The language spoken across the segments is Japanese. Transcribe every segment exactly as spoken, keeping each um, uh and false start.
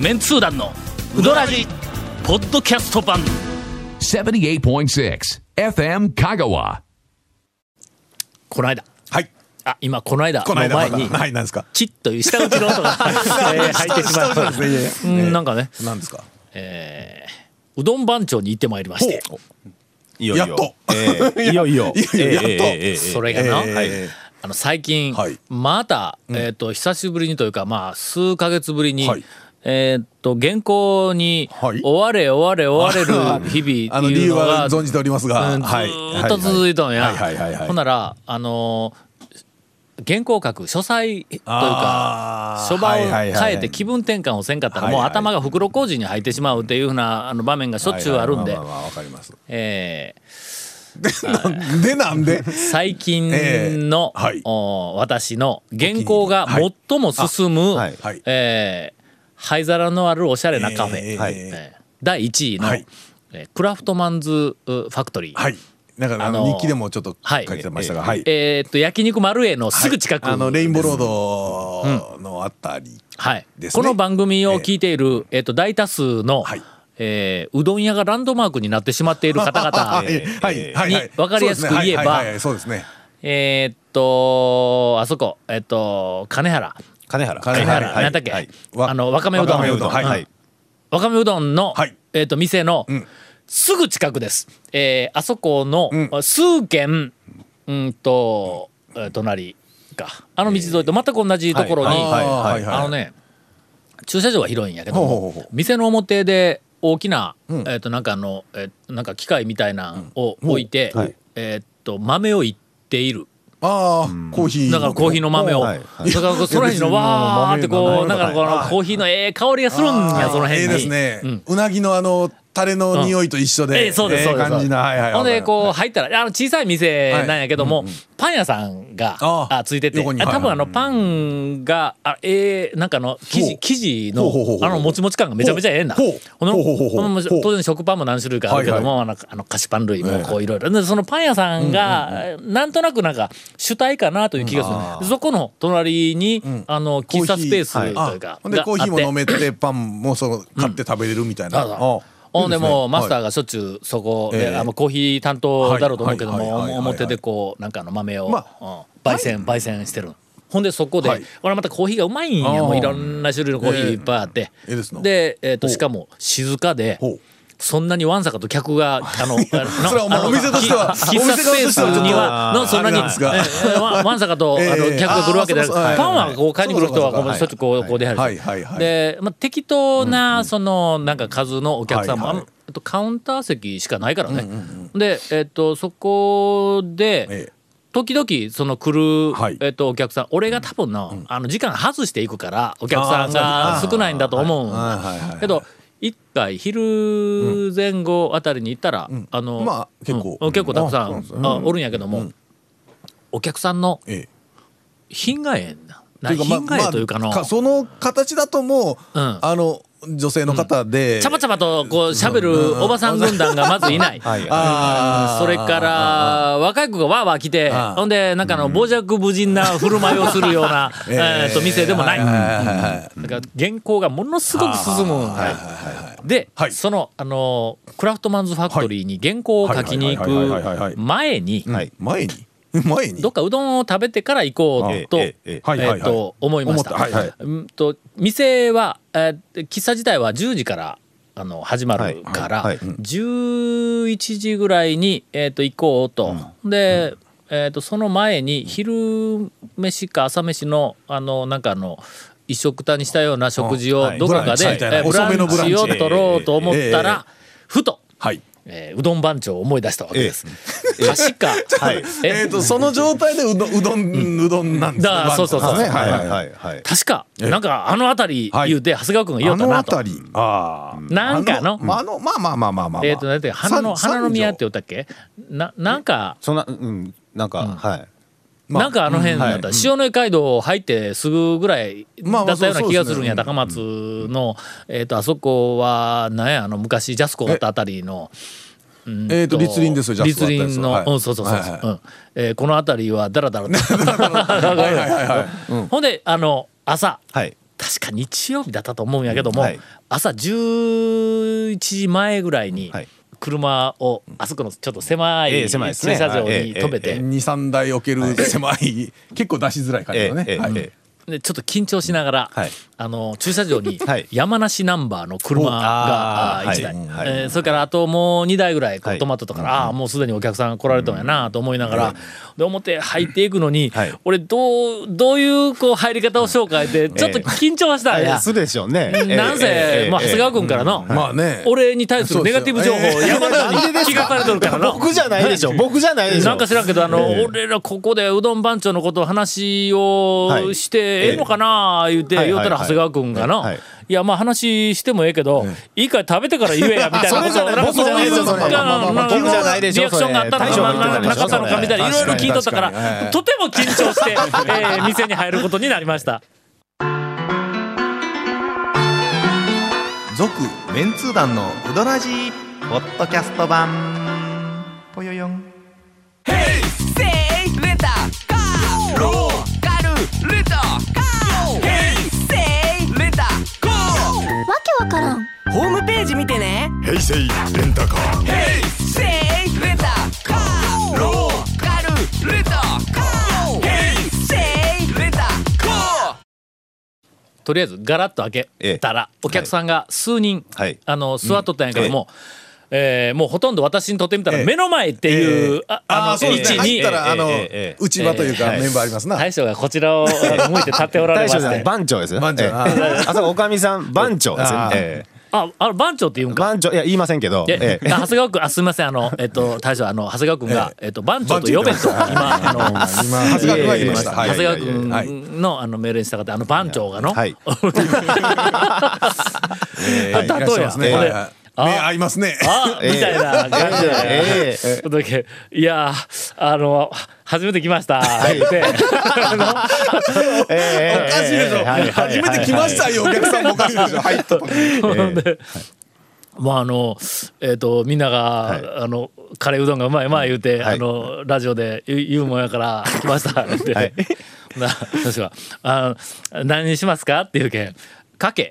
メンツー団のウドラジポッドキャスト版ななじゅうはちてんろく エフエム 香川。 この間、 はい。 あ、今この間のこの間前に、 はい、何ですか。 チッという下打ちの音が、えー入ってしまいました。うんなんかね、 何ですか。 えー、うどん番長に行ってまいりまして、 いよいよやっとえーいよいよいよいよやっとえーえーえーそれがな、 えーはいあの最近、 はいまた、えー、と久しぶりにというか、まあ、数ヶ月ぶりに、 はいえー、と原稿にはい追われ追われ追われる日々 あの理由っていうのがは存じておりますが、 うんはい。 ずーっと続いたんや。 はいはいはいはいはいほんならあのー原稿書く書斎というかあー書場をはいはいはい変えて気分転換をせんかったら、もうはいはい頭が袋小路に入ってしまうっていうふうなあの場面がしょっちゅうあるんで、 はいはいまあまあまあわかります。 えでなんでー最近の、 えーはいお私の原稿が最も進む、 はいはいえー灰皿のあるおしゃれなカフェ、 えーはいえーだいいちいの、 はいえークラフトマンズファクトリー、 はい。なんかああのーの日記でもちょっと書はいいてましたが、はい。 えーっと焼肉マルエのすぐ近く、 あのレインボーロードのあたり。 はいですねこの番組を聞いている、えーっと大多数の、 はいえーうどん屋がランドマークになってしまっている方々 はいはいはいはい。 に分かりやすく言えばそうですねはいはいはいそうですね。 えーっとあそこえーっと金原金原金金原、 はい何だっけ、 はいわあのわかめうどんわかめうどんはいうんはいわかめうどんの、 はいえーっと店の、 んすぐ近くです、えーあそこの、 ん数軒うんと、えー隣かあの道沿いと全く同じところに、 はいはいはいはいあのね駐車場は広いんやけどもほうほうほうほう店の表で大きな、えー、となんかあの、えーなんか機械みたいなのを置いて、 はいえー、と豆をいっている。 ああコーヒー。 だからコーヒーの豆を、 はいはいだからその辺のわーってこうなんかこのはいコーヒーのええ香りがするんやその辺に。 ええですねうん。 うなぎのあのタレの匂いと一緒えで。 えそうですそうです。 ええ感じなはいはいはい。 ほんでこう入ったらあの小さい店なんやけども、パン屋さんがああついてて、 横にあ多分あのはいパンがあえーなんかあの生ほう地生地のほうほうほうほうあのもちもち感がめちゃめちゃええんだ。 ほうほんでほうほうほうほんでほう当然食パンも何種類かあるけども、あのあの菓子パン類もこういろいろでそのパン屋さんがなんとなくなんか主体かなという気がする。でそこの隣にあの喫茶スペースというあかほんでコーヒーもがあって飲めてパンもそう買って食べれるみたいな。 そうそうあほんでもうマスターががしょっちゅうそこで、 ええあのコーヒー担当だろうと思うけどもはいはいはいはいはい表でこうなんかあの豆を、 まうん焙煎焙煎してる。ほんでそこで、 はい俺またコーヒーがうまいんやあーもういろんな種類のコーヒーいっぱいあって、 ええですので、えー、とほうしかも静かでほうそんなにわんさかと客があのそれはもうお店としては喫茶スペースにはのそんなにあれなんですがえーわわんさかと、 ええあの客が来るわけでなくあーそうそうパンはこう買いに来る人はこそうかそうかうしょっちゅうこうこう出はるはいはいはいで、まあ、適当なそのなんか数のお客さんも、 はいはいあんえっとカウンター席しかないからね、で、えっと、そこで、 ええ時々その来る、 はいえっと、お客さん俺が多分な、あの時間外していくからお客さんがあー少ないんだと思うんはいはいはいはいけど一回昼前後あたりに行ったら、あのまあ結構うん結構たくさあそうなんですねんあおるんやけども、お客さんのええ品がええななというかま品がええというかの、 まあその形だともううんあの女性の方でちゃばちゃばとこう喋るおばさん軍団がまずいない。 はいあーそれから若い子がわーわー来てあーほんでなんかあの傍若無人な振る舞いをするようなえーと店でもない。 はいはいはいはいだから原稿がものすごく進むんだよではいそのあのクラフトマンズファクトリーに原稿を書きに行はいはいはいはいはいく前にはい前に前にどっかうどんを食べてから行こうとえええええはいはいはいーと思いました。 思ったはいはいうんと店は、えー喫茶自体はじゅうじからあの始まるから、 はいはいはいじゅういちじぐらいに、えー、と行こうと、で、えー、とその前に昼飯か朝飯のあのなんかあの一食単にしたような食事をどこかで、 ブランチみたいなえーブラ遅めのブランチンチを取ろうと思ったら、ふと、 はいえーうどん番長を思い出したわけです。確か、 はいえっとその状態でうどんうどんうどんなんですだからそうそうそうねはいははいいはいはい確かなんかあの辺り言うて長谷川君が言おあうたなと。 のあたりああなんかのあのまあまあまあまあまあえっ、となんて花のさん花の宮って言ったっけななんかそんなうんなんかはいまあなんかあの辺だった、 うん塩の街道入ってすぐぐらいまあまあだったような気がするんや、 そうそうですね高松の、えー、とあそこはなんやあの昔ジャスコおったあたりの。うんえーと立林ですよジャスコ立あったやつ林の、 はいうん、そうそうそうそう、 はいはいうんえーこの辺りはだらだらとはいはいはいはいほんであの朝はい確か日曜日だったと思うんやけども、 はい、 朝じゅういちじまえぐらいに車をあそこのちょっと狭い駐車場に止めてにさんだい置ける狭い結構出しづらい感じのね、 ええええええでちょっと緊張しながら、 はい、 あの駐車場にはい山梨ナンバーの車がいちだい、はいはいえー、それからあともうにだいぐらいこう止まっとったから、はい、ああもうすでにお客さんが来られたんやなと思いながら、うん、で表入っていくのに、はい、俺どうどういうこう入り方をしようかってちょっと緊張はしたんや、 えー、するでしょうね。 なんせ、えーまあ、長谷川君からの、うんまあね、俺に対するネガティブ情報を山田に聞かされてるからの僕じゃないでしょ僕じゃないでしょなんか知らんけどあの、えー、俺らここでうどん番長のことを話をしてええのかな言うて、言うたら長谷川君がの、はいはい、いやまあ話してもええけど、うん、いいから食べてから言えやみたいなことを僕じゃないですよそれリアクションがあったのかなかったのかみたいないろいろ聞いとったからとても緊張して、えー、店に入ることになりました。 続メンツー団のうどらじポッドキャスト版ぽよよんヘイセイレンタカーローカルレンタカーヘイセイレンタカーわけわからんホームページ見てねヘイセイレンタカーヘイセイレンタカーローカルレンタカーヘイセイレンタカーとりあえずガラッと開けたらお客さんが数人、はい、あの座っとったんやけども、うんえー、もうほとんど私にとってみたら目の前っていう、えー、ああの位置に、 入ったらあの、えー、内場というか、えー、メンバーありますな。 大将がこちらを向いて立っておられまして大将番長ですよ。番長、 えー、あそこおかみさん番長ですよ、えーあ、あ番長って言うんか。 番長いや言いませんけど。 ええ、長谷川君あすみませんあのえっと大将あの長谷川君が、えっと番長と呼べと今あの今長谷川君が言いました。 長谷川君のあの命令に従ってあの番長がの。はい。 えー、例えばね。目合いますね。 あみたいな感じで、えー、えー、いやあの初めて来ましたって言って、おかしいでしょ。初めて来ましたよお客さんもおかしいでしょ。入った時に。 でまああのえっとみんなが、はい、あのカレーうどんがうまいうまい言うて、はい、あのラジオで言うもんやから来ましたって。はい、な確かあ何にしますかって言うけん。かけ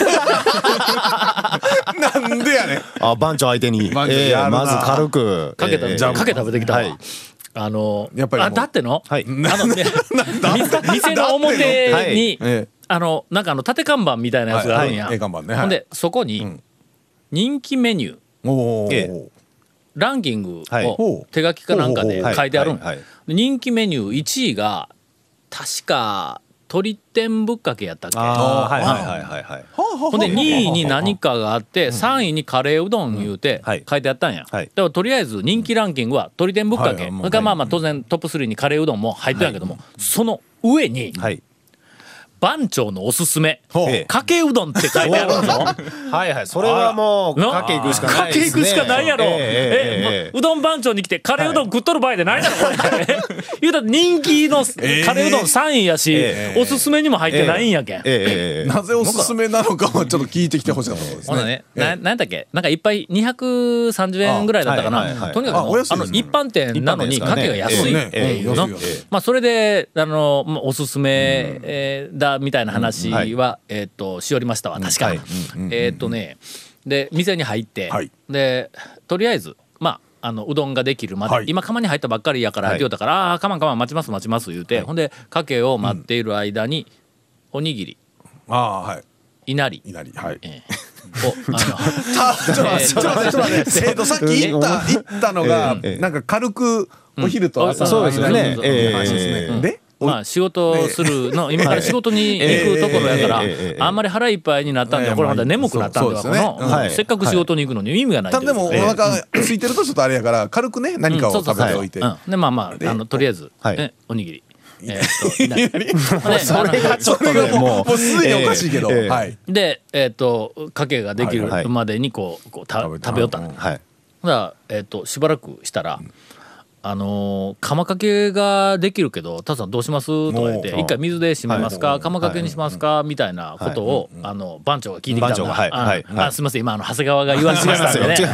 なんでやねんあ番長相手に、えー、まず軽くかけた、えー、かけ食べてきたわ、はい、あのやっぱりあだっての、はい、あの店の表に、はい、あのなんかあの縦看板みたいなやつがあるんや、はいはいねはい、ほんでそこに人気メニュー、うんえー、ランキングを手書きかなんかで書いてあるん、はいはい、人気メニューいちいが確か鶏天ぶっかけやったっけ。あはいはいはいはいはい。ほんでにいに何かがあってさんいにカレーうどん言うて書いてあったんや。だからとりあえず人気ランキングは鶏天ぶっかけ。それからまあまあ当然トップスリーにカレーうどんも入ってるんやけども、その上に番長のおすすめかけうどんって書いてあるぞ。 はいはいそれはもうかけいくしかないですね。 かけいくしかないやろ。えうどん番長に来てカレーうどん食っとる場合でないだろこれ。言うたら人気のカレーうどんさんいやしおすすめにも入ってないんやけん。 なぜおすすめなのかをちょっと聞いてきてほしかったですね。 ほんでねななんだっけなんかいっぱいにひゃくさんじゅうえんぐらいだったかな。とにかくあの一般店なのにかけが安いっていうの。まあそれであのおすすめだみたいな話は、えっとしおりましたわ確か。えっとねで店に入って、でとりあえずまああのうどんができるまで、今釜に入ったばっかりやからって言うたから「ああかまんかまん待ちます待ちます」言うて、ほんでかけを待っている間におにぎり、いなり、いなりはい。 ちょっと待ってちょっと待ってえっとさっき言った言ったのがなんか軽くお昼と朝の間に話ですね。でまあ仕事するの今から仕事に行くところやからあんまり腹いっぱいになったんでこれまた眠くなったんではこのせっかく仕事に行くのに意味がないという。 でもお腹空いてるとちょっとあれやから軽くね何かを食べておいてでまあまああのとりあえずおにぎりえー、とそれがちょっとねもうすでにおかしいけど、えーはい、 でえっ、ー、とかけができるまでにこう、こうた食べよったの、はい、だからえっ、ー、としばらくしたら、うん、あのー、釜かけができるけどタツさんどうしますとか言って一回水で締めますか、はい、釜かけにしますか、はい、みたいなことを、はい、あの番長が聞いてきたんだ、はいはいはい、あすみません今あの長谷川が言われてましたんでね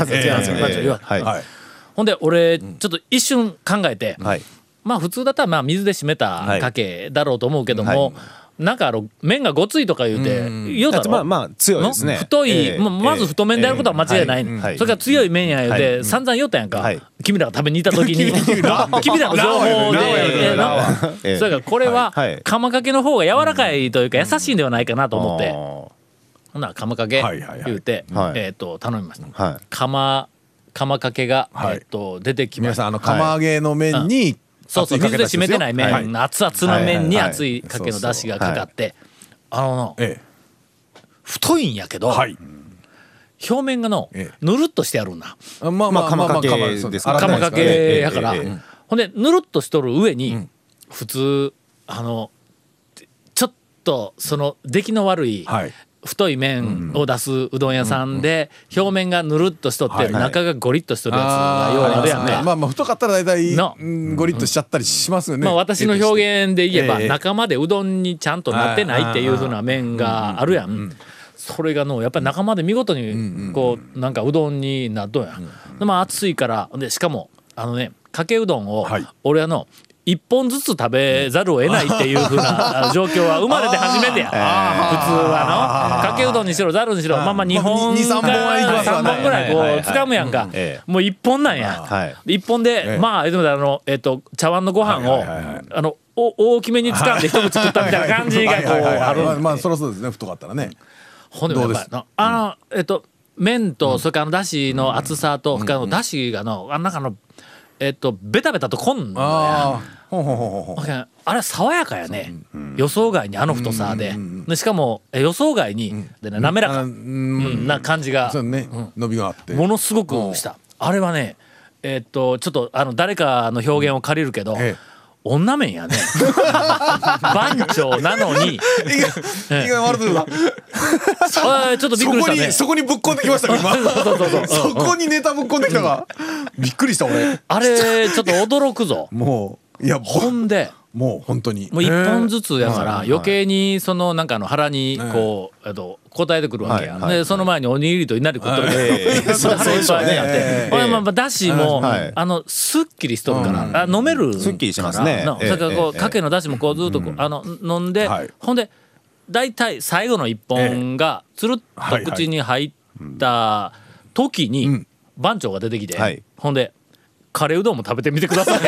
ほんで俺ちょっと一瞬考えて、はいまあ普通だったらまあ水で締めたかけだろうと思うけども、はい、 なんかあの麺がごついとか言うて言うだろ。 まあまあ強いですね。 太い、ままず太麺であることは間違いない、それから強い麺や言うて散々言ったやんか、君らが食べに行った時に君らの情報でそれからこれは釜かけの方が柔らかいというか優しいんではないかなと思って、ほんなら釜かけ言うてえっと頼みました。釜釜かけがえっと出てきました。 皆さんあの釜揚げの麺にそうそう水で締めてない麺、熱々の麺に熱いかけの出汁がかかって、あのの、ええ、太いんやけど、はい、表面がの、ええ、ぬるっとしてやるんだ。 まあまあ釜かけですから、 釜かけやから、ええええ、ほんでぬるっとしとる上に、うん、普通あのちょっとその出来の悪い、はい、太い麺を出すうどん屋さんで表面がぬるっとしとって中がゴリッとしとるやつがようあるやんか。 まあまあ太かったら大体ゴリッとしちゃったりしますよね。 まあ私の表現で言えば中までうどんにちゃんとなってないっていう風な麺があるやん。それがのやっぱり中まで見事にこうなんかうどんになっとんや。でまあ熱いからでしかもあのねかけうどんを俺あの一本ずつ食べざるを得ないっていう風な状況は生まれて初めてや。普通はのかけうどんにしろざるにしろまあまあにほんかさんぼんぐらいこう掴むやんか。もういっぽんなんや。いっぽんでまああのえっと茶碗のご飯をあの大きめに掴んで一口食ったみたいな感じがこうある。 まあそりゃそうですね太かったらね。 ほんでやっぱりあのえっと麺とそれからだしの厚さとそれからだしがのあん中のえっとベタベタとこんのや。あれ爽やかやね、うん、予想外にあの太さで、でしかも予想外に、うん、でね、滑らか、うん、な感じが、 ねうん、伸びがあってものすごくした。あれはねえー、っとちょっとあの誰かの表現を借りるけど、ええ、女麺やね番長なのに意外悪いなちょっとびっくりしたね。 そこにぶっこんできましたか今そうそうそうそこにネタぶっこんできたかびっくりした俺。 あれちょっと驚くぞもういやほんでもう本当にもう一本ずつやから余計にそのなんかの腹にこうと答えてくるわけや。でその前におにぎりといなり食っとるからそういっぱいねやって俺まあだしもあのすっきりしとるから飲めるすっきりしますね。 それからこうかけのだしもこうずっとあの飲んでほんでだいたい最後の一本がつるっと口に入った時に番長が出てきてほんでカレーうどんも食べてみてください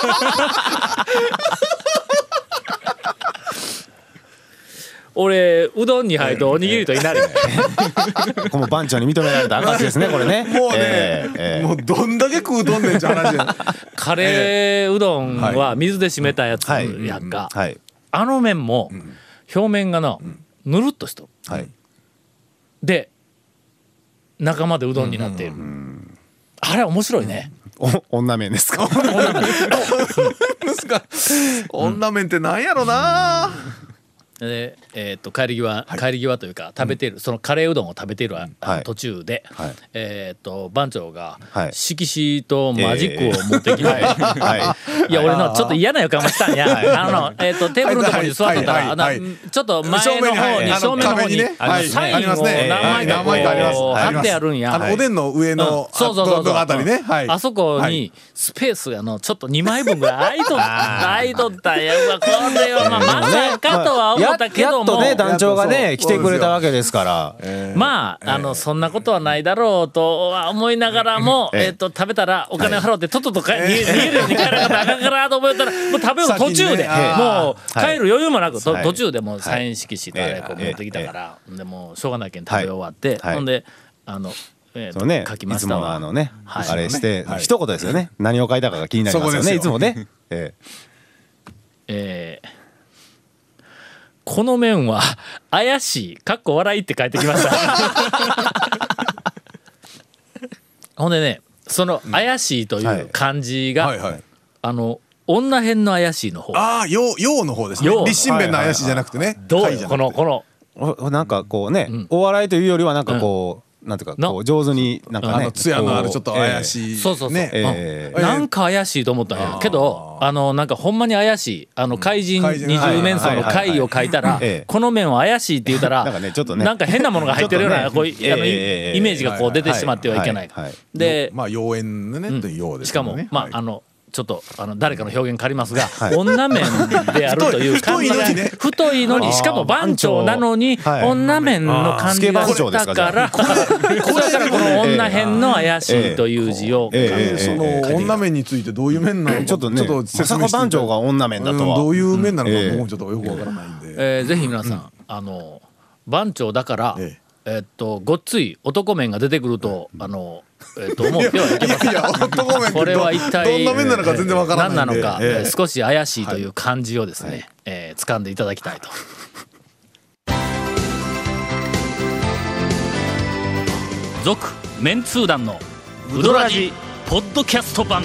俺うどんに入るとおにぎりといなりこの番長に認められた証ですねこれね。 もうね、えーえー、もうどんだけ食うとんねんって話やカレーうどんは水で締めたやつやんか、はいはい、あの麺も表面がな、うん、ぬるっとしとる、はい、で中までうどんになっている、うん、あれ面白いね。 お女麺ですか女麺ですか女麺ってなんやろな。 でえー、と帰り際、はい、帰り際というか食べている、うん、そのカレーうどんを食べている、はい、途中で、はい、えー、と番長が、はい、色紙とマジックを持ってきて、はいはい、いや俺のちょっと嫌な予感もしたんや、はい、あの、えー、とテーブルのところに座ってたら、はいはいはい、ちょっと前の方に正面の方に、ね、サインを何枚かこう貼ってあるんや、 あのおでんの上のあたりね、 あそこにスペースがのちょっとにまいぶんぐらい空いとった空いとったんや。うわこれは、まあ、まさかとは思うや, やっとね団長がね来てくれたわけですから、 えー、まああのそんなことはないだろうとは思いながらも、えーえー、と食べたらお金を払ってとっととか、はい、逃げるように帰らなかったらあかんからと思ったらもう食べよう途中で、ね、もう帰る余裕もなく、はい、途中でもうサイン色紙とあれこう持ってきたから、はい、でもうしょうがないけん食べ終わって、はい、ほんであのえー、 そうね、 書きましたわ。 いつもあのね、はい、あれして、はい、一言ですよね。何を書いたかが気になりますよね。いつもね。えーえーこの麺は怪しいかっこ笑いって書いてきましたほんでねその怪しいという漢字が、うんはいはいはい、あの女編の怪しいの方、 ああ陽の方ですね。立身弁の怪しいじゃなくてね、 どうこのこのなんかこうね、うん、お笑いというよりはなんかこう、うんなんていうかこう上手になんかね、あの艶のあるちょっと怪しい、 そうそうそう、えー、なんか怪しいと思ったんやけど、あのなんかほんまに怪しいあの怪人二十面相の怪を書いたらこの面は怪しいって言ったらなんかねちょっとねなんか変なものが入ってるようなこうイメージがこう出てしまってはいけない。でまあ妖艶ねというようですね。 しかもまああのちょっとあの誰かの表現借りますが、はい、女麺であるという感じが太いのに、ね、太いのにしかも番長なのに女麺の感じがしたから、それからこの女編の怪しいという字を、 えーえーえー、その女麺についてどういう麺なのかちょっとね、まさか番長が女麺だとは、 うん、どういう麺なのかもうちょっとよくわからないんで、 えー、ぜひ皆さん、うん、あの番長だから、えーえー、っとごっつい男麺が出てくると、あのえー、と思ってはいけません。いやいや男麺これは一体どんな麺なのか全然わからないんで、 何なのか、えー、少し怪しいという漢字をですね、はい、えー、掴んでいただきたいと。続メンツー団のウドラジポッドキャスト版。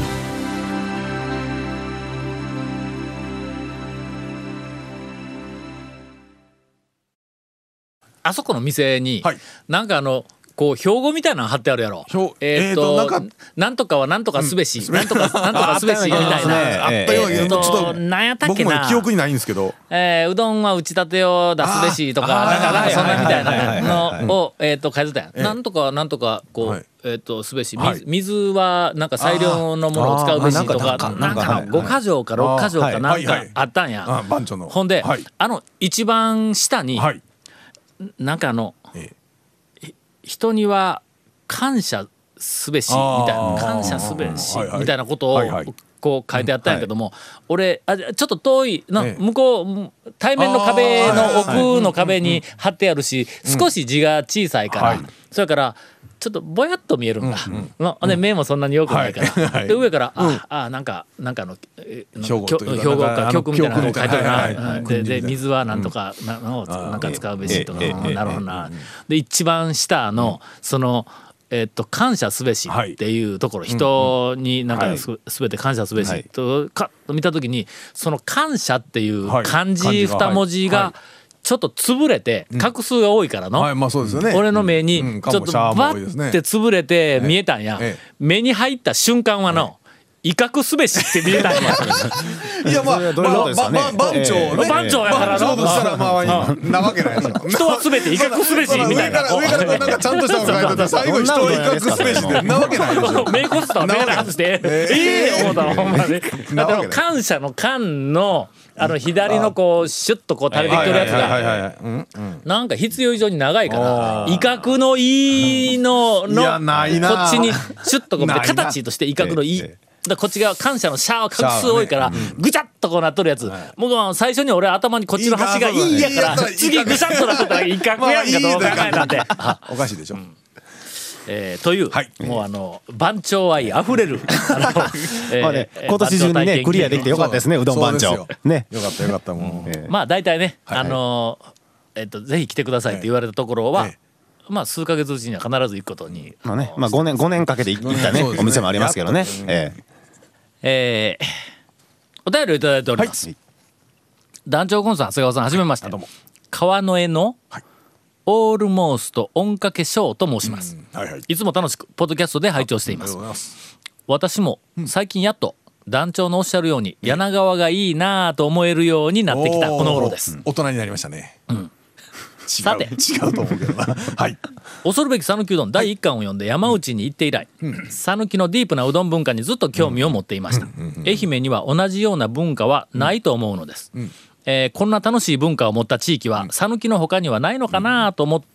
あそこの店に、はい、なんかあのこう標語みたいなの貼ってあるやろ。えっと、なんとかはなんとかすべし、うん、なんとかなんとかすべしみたいな。あったような、ちょっとなんやったっけな。 僕も記憶にないんですけど。 えー、うどんは打ち立てを出すべしとか、なんかなんかそんなみたいなのをえっと書いてたやん。なんとかなんとかこう。えっとすべし、水はなんか最良のものを使うべしとか、なんかごか条かろっか条かなんかあったんや。ほんであの一番下になんかあの人には感謝すべしみたいな、感謝すべしみたいなことをこう書いてあったんやけども、俺あちょっと遠いな、向こう対面の壁の奥の壁に貼ってあるし、少し字が小さいから、それからちょっとぼやっと見えるんだ、うんうん、で目もそんなに良くないから、はい、で上から、うん、ああなんかなんかの標語か曲みたいなのを書いてるな、でで水はなんとかなのをなんか使うべしとか、なるほどな。で一番下のそのえっと感謝すべしっていうところ、人になんかすべて感謝すべしとか見たときに、その感謝っていう漢字二文字がちょっと潰れて画数が多いからの、うん、はい、まあそうですよね、俺の目にちょっとバッて潰れて見えたんや、ええ、目に入った瞬間はの、ええ、威嚇すべしって見えたんやいやまあ番長ね、 番長やからの、 番長としたらまあなわけないでしょ。 人はすべて威嚇すべしみたいな、 上からなんかちゃんとしたのが書いてたら最後人は威嚇すべしってなわけないでしょ。 メイコストはメガネ外してええ思ったのほんまに。だから感謝の感のあの左のこうシュッとこう垂れてきてるやつがなんか必要以上に長いから、威嚇の「い」ののこっちにシュッとこう形として威嚇の「い」だこっち側感謝の「シャー」は画数多いからぐちゃっとこうなっとるやつ、もう最初に俺頭にこっちの端が「いい」やから次ぐしゃっとなっとったら威嚇やんかどう考えなんておかしいでしょ。 えー、という、はい、もうあの番長愛あふれるあの、 えーまあね、今年中にねクリアできてよかったですね、うどん番長ね、 よかったよかったもう、 えー、まあ大体ね、はいはい、あのー、えっとぜひ来てくださいって言われたところは、えー、まあ数ヶ月うちには必ず行くことに、 まあね、まあごねんごねんかけて行ったねお店もありますけどね、えーえー、お便りをいただいております、はい、団長コンさん長谷川さんはじめまして、はい、川の絵の、はい、オールモースト音かけショーと申します、うん、はいはい、いつも楽しくポッドキャストで拝聴しています。私も最近やっと団長のおっしゃるように、うん、柳川がいいなと思えるようになってきたこの頃です。 大人になりましたね、うん、 さて違うと思うけどなはい恐るべき讃岐うどんだいいっかんを読んで山内に行って以来、讃岐、うん、のディープなうどん文化にずっと興味を持っていました、うんうんうん、愛媛には同じような文化はないと思うのです、うんうん、えー、こんな楽しい文化を持った地域は讃岐の他にはないのかなと思って、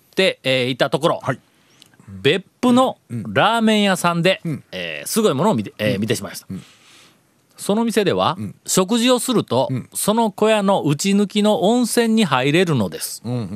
えー、いたところ、はい、別府のラーメン屋さんで、うん、えー、すごいものを見て、えー、見てしまいました、うん、その店では、うん、食事をすると、うん、その小屋の打ち抜きの温泉に入れるのです、うんうんうん、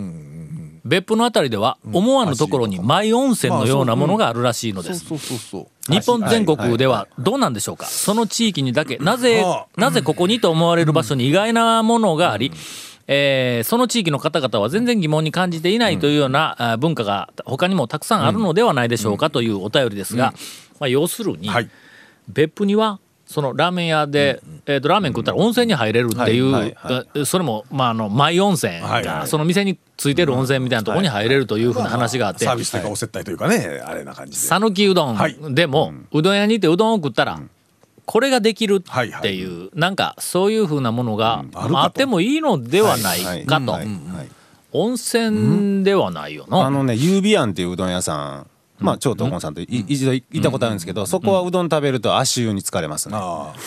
別府のあたりでは思わぬところにマイ温泉のようなものがあるらしいのです。日本全国ではどうなんでしょうか。その地域にだけなぜなぜここにと思われる場所に意外なものがあり、えー、その地域の方々は全然疑問に感じていないというような文化が他にもたくさんあるのではないでしょうかというお便りですが、まあ、要するに別府にはそのラーメン屋で、えー、とラーメン食ったら温泉に入れるっていう、はいはいはい、それも、まあ、あのマイ温泉、はいはい、その店についてる温泉みたいなところに入れるというふうな話があって、 サービスというかお接待というかね、あれな感じで讃岐うどんでも、はい、うどん屋にいてうどんを食ったら、うん、これができるっていう、はいはい、なんかそういうふうなものが、うん、あってもいいのではないかと。温泉ではないよな、うん、 あのねユービアンっていううどん屋さん、まあ、超東根さんと一度行ったことあるんですけど、そこはうどん食べると足湯に疲れますね。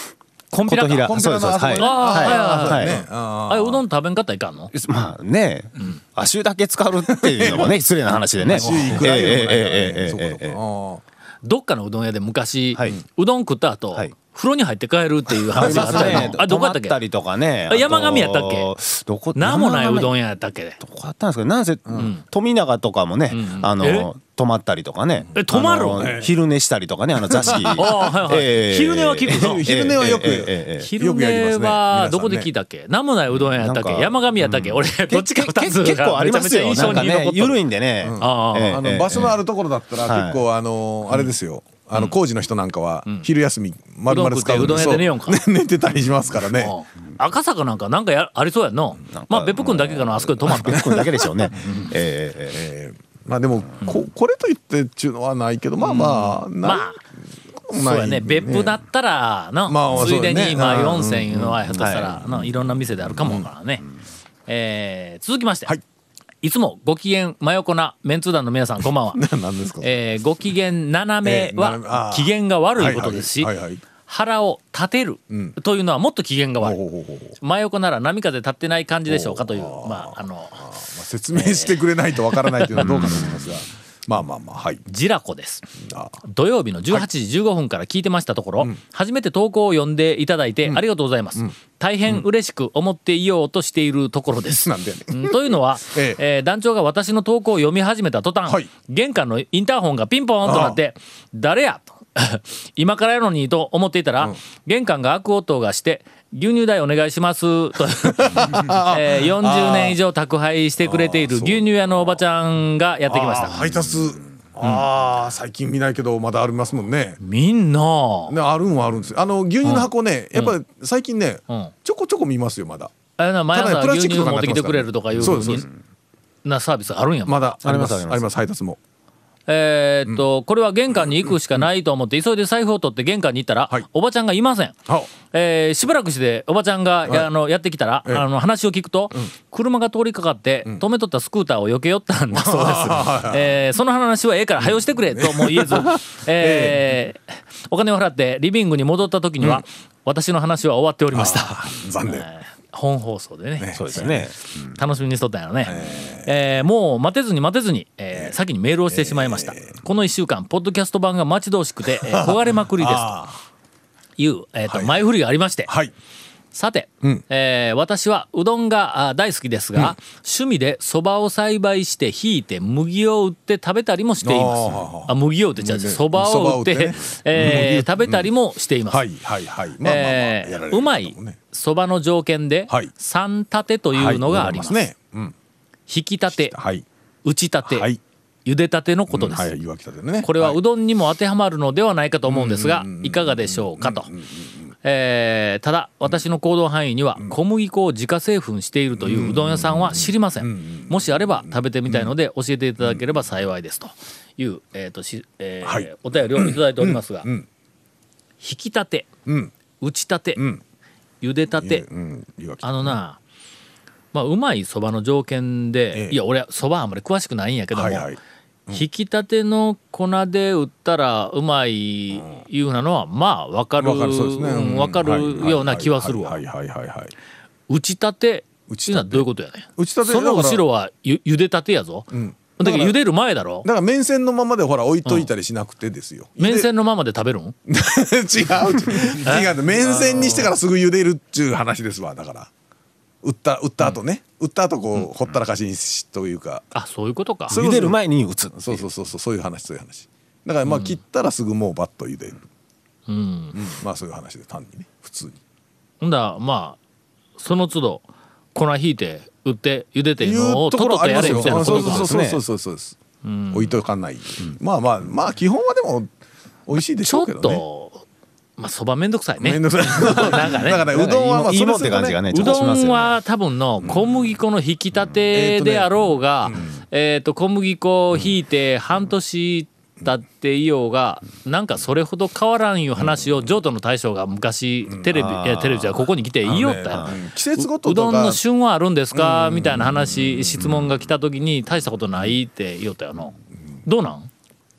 コンピラかコンピラのあそこにああはいはいはいねああれうどん食べんかったらいかんのまあね、足だけ使うっていうのもね失礼な話でね。 週いくらよええええええそうかそうかええあどっかのうどん屋で昔、 はいうどん食った後、 はい風呂に入って帰るっていう話があったよ、 ねあどこやったっけ泊まったりとかね。 あ山上やったっけどこなんもないうどんん屋やったっけどこあったんですかね。なんせ富永とかもね、あえの泊まったりとかね。 え泊まるあの昼寝したりとかね、あの座敷。 あはいはいええ昼寝は聞くぞ昼寝はよくええええええ昼寝はどこで聞いたっけなんもないうどん屋やったっけなんか山上やったっけ俺どっちか二つ結構ありますよ。 がめちゃめちゃ印象に残っとる緩いんでね。 ああええあの場所のあるところだったらはい結構あのあれですよあの工事の人なんかは昼休み丸々使うんうどん食ってうどん屋で寝よんかそう寝てたりしますからね赤坂なんかなんかやありそうやんのまあ別府君だけかなあそこで泊まった別府君だけでしょうね。えええええーまあでもここれといってっちゅうのはないけどまあまあないまあそうやね別府だったらの、 まあついでにそうやねまあうんよんせんいうのはひょっとしたらのいろんな店であるかもわからんね、えー続きまして、 はいいつもご機嫌真横なメンツー団の皆さんこんばんは何ですかえーご機嫌斜めえー斜めあはー機嫌が悪いことですしはいはいはいはい腹を立てるというのはもっと機嫌が悪いほうほうほうほう真横なら波風立ってない感じでしょうかというまああのまあ説明してくれないとわからないというのはどうかと思いますがまあまあまあはいジラコですあ土曜日のじゅうはちじじゅうごふんから聞いてましたところ、初めて投稿を読んでいただいてありがとうございます、大変嬉しく思っていようとしているところです、 なんでやねうんというのは、 ええー団長が私の投稿を読み始めた途端、 はい玄関のインターホンがピンポーンとなって「誰や?」と今からやのにと思っていたら、玄関が開く音がして「牛乳代お願いします」と、えーよんじゅうねん以上宅配してくれている牛乳屋のおばちゃんがやってきましたあー配達ああ最近見ないけどまだありますもんねみんなねあるんはあるんですよあの牛乳の箱ねやっぱり最近ねんちょこちょこ見ますよまだあれな毎ただねプラ朝牛乳スチックとかにな持ってきてくれるとかいうふうにそうですそうですなサービスあるんやもんまだありますありますあります配達もえーっと、これは玄関に行くしかないと思って急いで財布を取って玄関に行ったら、 はいおばちゃんがいません、 あえーしばらくしておばちゃんが、 はいあのやってきたら、 ええあの話を聞くと、車が通りかかって、止めとったスクーターを避けよったんだそうです、えーその話はええから早よしてくれとも言えず、えーお金を払ってリビングに戻った時には、私の話は終わっておりました残念えー本放送でねそうですね。 楽しみにしとったんやろね、えーもう待てずに待てずに、えー先にメールをしてしまいました、このいっしゅうかんポッドキャスト版が待ち遠しくて、えー焦がれまくりですという、えーと前振りがありまして、 はいさて、 んえー私はうどんがあ大好きですが、趣味でそばを栽培してひいて麦を売って食べたりもしていますあ麦を売ってじゃあそばを売って蕎麦を売ってねえー食べたりもしています、 はいはいはいまあまあまあえやられるーうまい方もねそばの条件ではい三立てというのがあります,、 はいねうん引き立てはい打ち立て、 はい茹で立てのことです、 はい岩北でねこれはういどんにも当てはまるのではないかと思うんですがいかがでしょうかと、えーただ私の行動範囲には小麦粉を自家製粉しているといううどん屋さんは知りませんもしあれば食べてみたいので教えていただければ幸いですという、えーとしえーはいお便りをいただいておりますが、 ん引き立てうん打ち立て、 ん茹で立て、 うん岩北あのなまあうまいそばの条件で、 ええいや俺はそばあんまり詳しくないんやけども、 はいはい引き立ての粉で打ったらうまいいうなのはまあ分かるわかるそうですねうん分かるような気はするわはいはいはいはい打ち立て打ち立てっていうのはどういうことやねん打ち立てそのだから後ろはゆ茹で立てやぞ、 んだけど茹でる前だろだから麺線のままでほら置いといたりしなくてですよ麺線のままで食べるん違う違う麺線にしてからすぐ茹でるっちゅう話ですわだから打った打った後ね打った後こうほったらかしにしというかあそういうことかそう茹でる前に打つ。 そうそうそうそうそういう話そういう話だからまあ切ったらすぐもうバッと茹でるうんうんまあそういう話で単にね普通にほんだまあその都度粉ひいて売って茹でていうのをとっととやれみたいなことかそうそうそうそうそうそうです置いとかないまあまあまあ基本はでも美味しいでしちょっょうけどねとまあそばめんどくさいねめんどくさいなんかねだからねうどんはまあいいもんっそれするとて感じがね、 うちょっとしどんますよね。 は多分の小麦粉の引き立てであろうが、えっと小麦粉をひいて半年経っていようがなんかそれほど変わらんいう話を譲渡の大将が昔テレビえテレビじゃここに来て言いよったよ。 季節ごとうどとかんの旬はあるんですかみたいな話質問が来た時に大したことないって言おったよの。どうなん？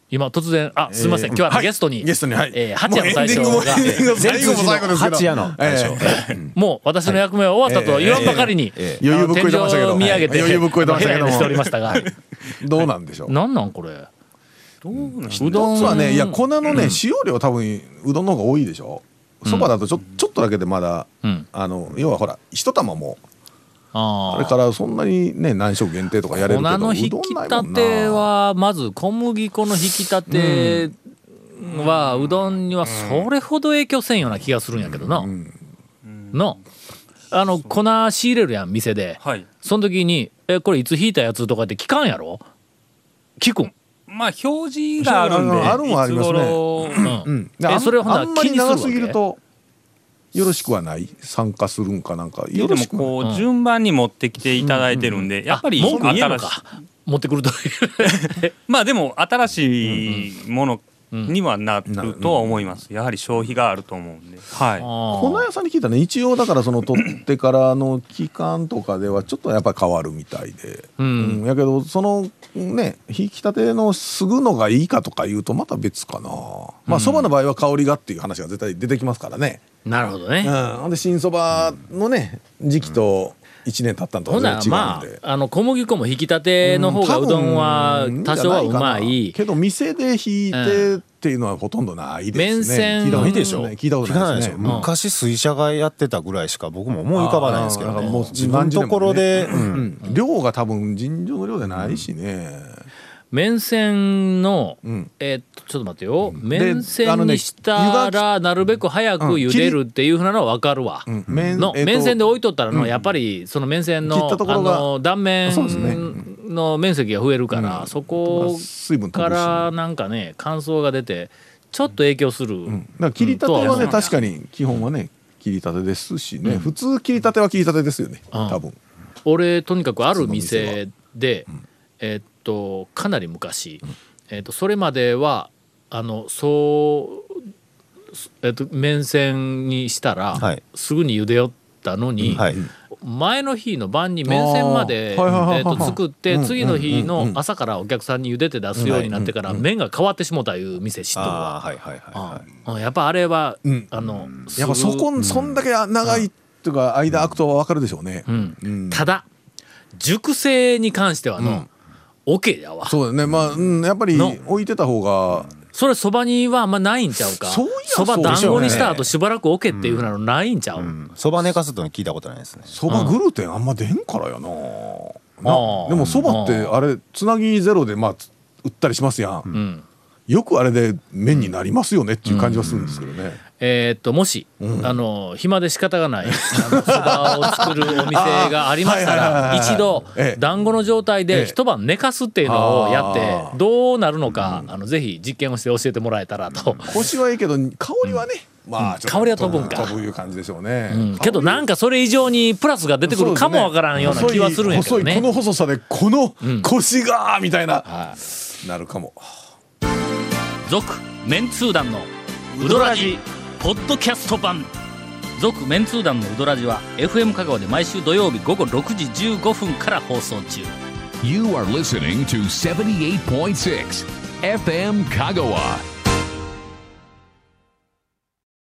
今突然あすみません、えー、今日はゲストに、 はい、ゲストに、はいえー、八谷の大将が最後も最後ですけど八谷の大将、 えー、もう私の役目は終わったと言わんばかりに、 えーえー、余裕ぶっこいてましたけど、 天井を見上げて、 余裕ぶっこいてましたけどもしておりましたがどうなんでしょう。 なんなんこれ。 どうなん一つはね、いや粉のね、うん、使用量多分うどんの方が多いでしょ。そばだとちょ、ちょっとだけでまだ、うん、あの要はほら一玉もあれからそんなにね何食限定とかやれるけど、 粉の引き立てはまず小麦粉の引き立てはうどんにはそれほど影響せんような気がするんやけどな、うんうん、のあの粉仕入れるやん店で、はい、その時にえこれいつ引いたやつとかって聞かんやろ。聞くん。 まあ表示があるんであるんはありますね、 うんうん、えそれほんなら気にするわけ。あんまり長すぎるとよろしくはない参加するんかなんかよろしくでもこう順番に持ってきていただいてるんで、うん、やっぱり文句言えのか持ってくるとまあでも新しいものにはなるとは思います。やはり消費があると思うんで、はい、 粉屋さんに聞いたね、一応だからその取ってからの期間とかではちょっとやっぱり変わるみたいで、うんうん、やけどそのね引き立てのすぐのがいいかとかいうとまた別かな。まあそばの場合は香りがっていう話が絶対出てきますからね。 なるほどね。 うん、で新そばのね時期といちねん経ったのとは全然違うんで、 まあ、あの小麦粉も引き立ての方がうどんは多少はうまい、 うん、けど店で引いてっていうのはほとんどないですね。 麺線聞いたことないでしょ。聞いたことないですね。 昔水車がやってたぐらいしか僕も思い浮かばないんですけどね。もう自分のところで、 ねうんうん、量が多分尋常の量でないしね。 麺線の、うん、えー、っとちょっと待ってよ、うん、麺線にしたらなるべく早く茹でるっていうふうなのは分かるわ、うん、麺, の、えー、麺線で置いとったらの、うん、やっぱりその麺線 の, あの断面の面積が増えるから、うん、そこからなんかね乾燥が出てちょっと影響する、うん、だから切りたてはね、うん、確かに基本はね切りたてですしね、うん、普通切りたては切りたてですよね、うん、多分俺とにかくある店で、うん、えー、っとかなり昔、うんえー、とそれまではあのそう、えー、と麺線にしたら、はい、すぐに茹でよったのに、はい、前の日の晩に麺線まで、えー、と作って次の日の朝からお客さんに茹でて出すようになってから麺が変わってしもたいう店知っとるわ。やっぱあれは、うん、あのやっぱそこ、うん、そんだけ長いっていうか間空くとは分かるでしょうね、 うんうん、ただ熟成に関してはの、うんOK やわ。 そうだね。まあ、うん、やっぱり置いてた方がそれそばにはあんまないんちゃうか。そば団子にした後しばらく OK っていうふうなのないんちゃう。 そば、うんうん、寝かすと聞いたことないですね。 そばグルテンあんま出んからやな。なでもそばってあれつなぎゼロでまあ売ったりしますやん、うん、よくあれで麺になりますよねっていう感じはするんですけどね、うんうん、 えー、っともし、うん、あの暇で仕方がないそばを作るお店がありましたら一度団子の状態で一晩寝かすっていうのをやってどうなるのか、うん、あのぜひ実験をして教えてもらえたらと。 コシはいいけど香りはね、うん、まあ香りは飛ぶんかという感じでしょうね、 うん、けどなんかそれ以上にプラスが出てくるかもわからんような気はするんやけどね。 細いこの細さでこのコシがみたいな、うん、なるかも。 続メンツー団のウドラジポッドキャスト版。続メンツー団のウドラジは エフエム 香川で毎週土曜日午後ろくじじゅうごふんから放送中。 You are listening to seventy-eight point six エフエム 香川。